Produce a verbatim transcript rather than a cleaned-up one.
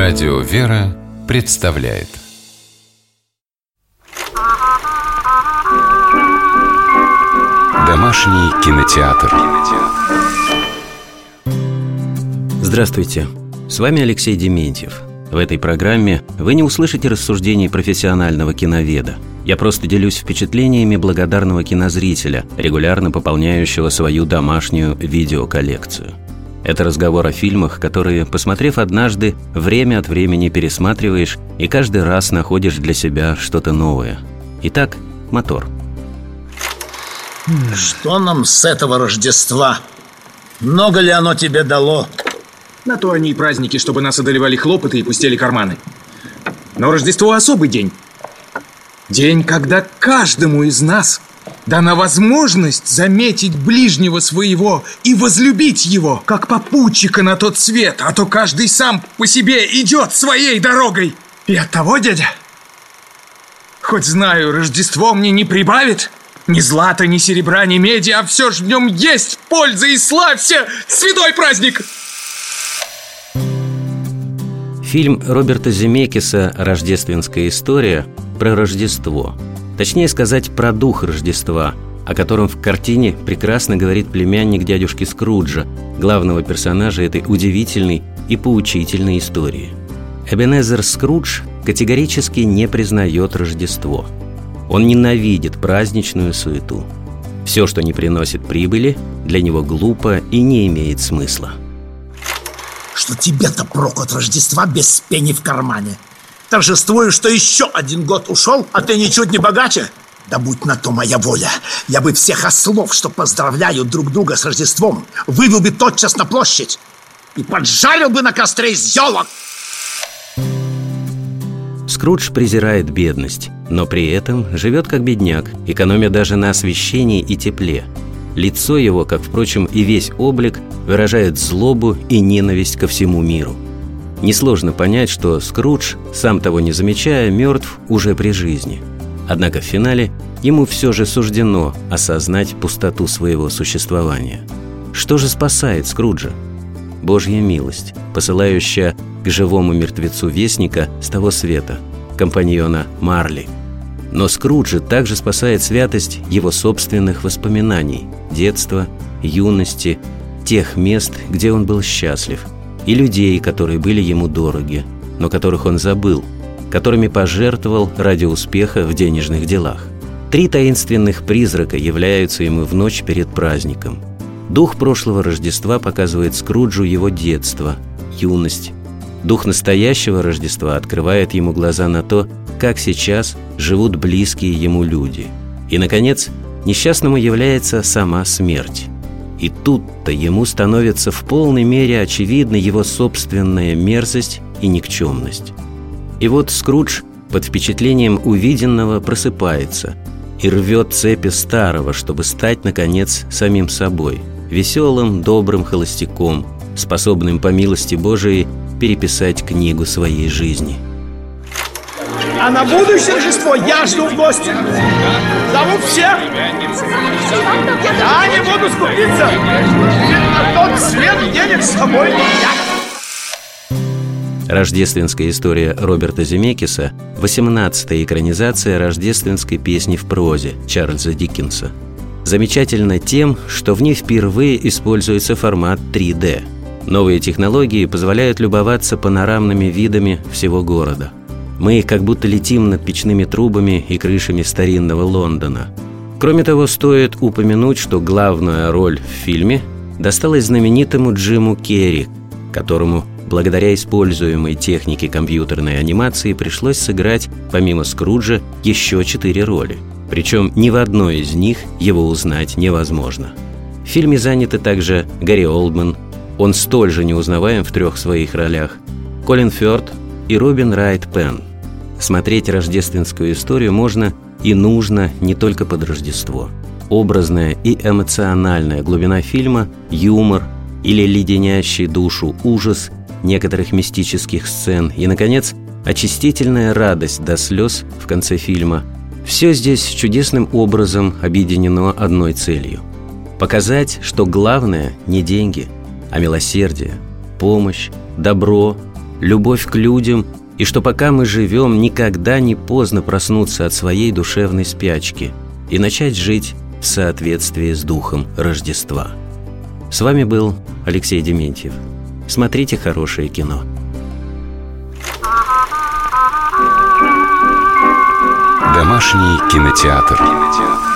Радио «Вера» представляет Домашний кинотеатр. Здравствуйте, с вами Алексей Дементьев. В этой программе вы не услышите рассуждений профессионального киноведа. Я просто делюсь впечатлениями благодарного кинозрителя, регулярно пополняющего свою домашнюю видеоколлекцию. Это разговор о фильмах, которые, посмотрев однажды, время от времени пересматриваешь и каждый раз находишь для себя что-то новое. Итак, мотор. Что нам с этого Рождества? Много ли оно тебе дало? На то они и праздники, чтобы нас одолевали хлопоты и пустели карманы. Но Рождество — особый день. День, когда каждому из нас дана возможность заметить ближнего своего и возлюбить его, как попутчика на тот свет, а то каждый сам по себе идет своей дорогой. И оттого, дядя, хоть знаю, Рождество мне не прибавит ни злата, ни серебра, ни меди, а все ж в нем есть польза, и славься, святой праздник! Фильм Роберта Земекиса «Рождественская история» про Рождество. Точнее сказать, про дух Рождества, о котором в картине прекрасно говорит племянник дядюшки Скруджа, главного персонажа этой удивительной и поучительной истории. Эбенезер Скрудж категорически не признает Рождество. Он ненавидит праздничную суету. Все, что не приносит прибыли, для него глупо и не имеет смысла. Что тебе-то проку от Рождества без пени в кармане? Торжествую, что еще один год ушел, а ты ничуть не богаче? Да будь на то моя воля. Я бы всех ослов, что поздравляют друг друга с Рождеством, вывел бы тотчас на площадь и поджарил бы на костре из елок. Скрудж презирает бедность, но при этом живет как бедняк, экономя даже на освещении и тепле. Лицо его, как, впрочем, и весь облик, выражает злобу и ненависть ко всему миру. Несложно понять, что Скрудж, сам того не замечая, мертв уже при жизни. Однако в финале ему все же суждено осознать пустоту своего существования. Что же спасает Скруджа? Божья милость, посылающая к живому мертвецу вестника с того света, компаньона Марли. Но Скруджа также спасает святость его собственных воспоминаний, детства, юности, тех мест, где он был счастлив, и людей, которые были ему дороги, но которых он забыл, которыми пожертвовал ради успеха в денежных делах. Три таинственных призрака являются ему в ночь перед праздником. Дух прошлого Рождества показывает Скруджу его детство, юность. Дух настоящего Рождества открывает ему глаза на то, как сейчас живут близкие ему люди. И, наконец, несчастному является сама смерть. И тут-то ему становится в полной мере очевидна его собственная мерзость и никчемность. И вот Скрудж под впечатлением увиденного просыпается и рвет цепи старого, чтобы стать, наконец, самим собой, веселым, добрым холостяком, способным по милости Божией переписать книгу своей жизни. А на будущее Рождество я жду в гости. Зову всех. Я не буду скупиться. На тот свет денег с собой нет. Рождественская история Роберта Земекиса – восемнадцатая экранизация рождественской песни в прозе Чарльза Диккенса. Замечательна тем, что в ней впервые используется формат три дэ. Новые технологии позволяют любоваться панорамными видами всего города. Мы как будто летим над печными трубами и крышами старинного Лондона. Кроме того, стоит упомянуть, что главная роль в фильме досталась знаменитому Джиму Керри, которому, благодаря используемой технике компьютерной анимации, пришлось сыграть, помимо Скруджа, еще четыре роли. Причем ни в одной из них его узнать невозможно. В фильме заняты также Гарри Олдман, он столь же неузнаваем в трех своих ролях, Колин Фёрд и Робин Райт Пенн. Смотреть рождественскую историю можно и нужно не только под Рождество. Образная и эмоциональная глубина фильма, юмор или леденящий душу ужас некоторых мистических сцен и, наконец, очистительная радость до слез в конце фильма – все здесь чудесным образом объединено одной целью – показать, что главное не деньги, а милосердие, помощь, добро, любовь к людям, и что пока мы живем, никогда не поздно проснуться от своей душевной спячки и начать жить в соответствии с духом Рождества. С вами был Алексей Дементьев. Смотрите хорошее кино. Домашний кинотеатр.